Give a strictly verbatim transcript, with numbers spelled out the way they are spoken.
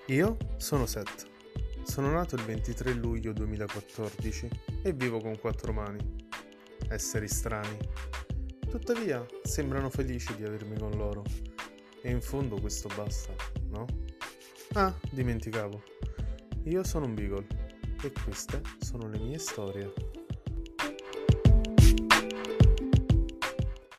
Io sono Seth, sono nato il ventitré luglio duemilaquattordici e vivo con quattro mani. Esseri strani. Tuttavia sembrano felici di avermi con loro. E in fondo questo basta, no? Ah, dimenticavo. Io sono un beagle e queste sono le mie storie.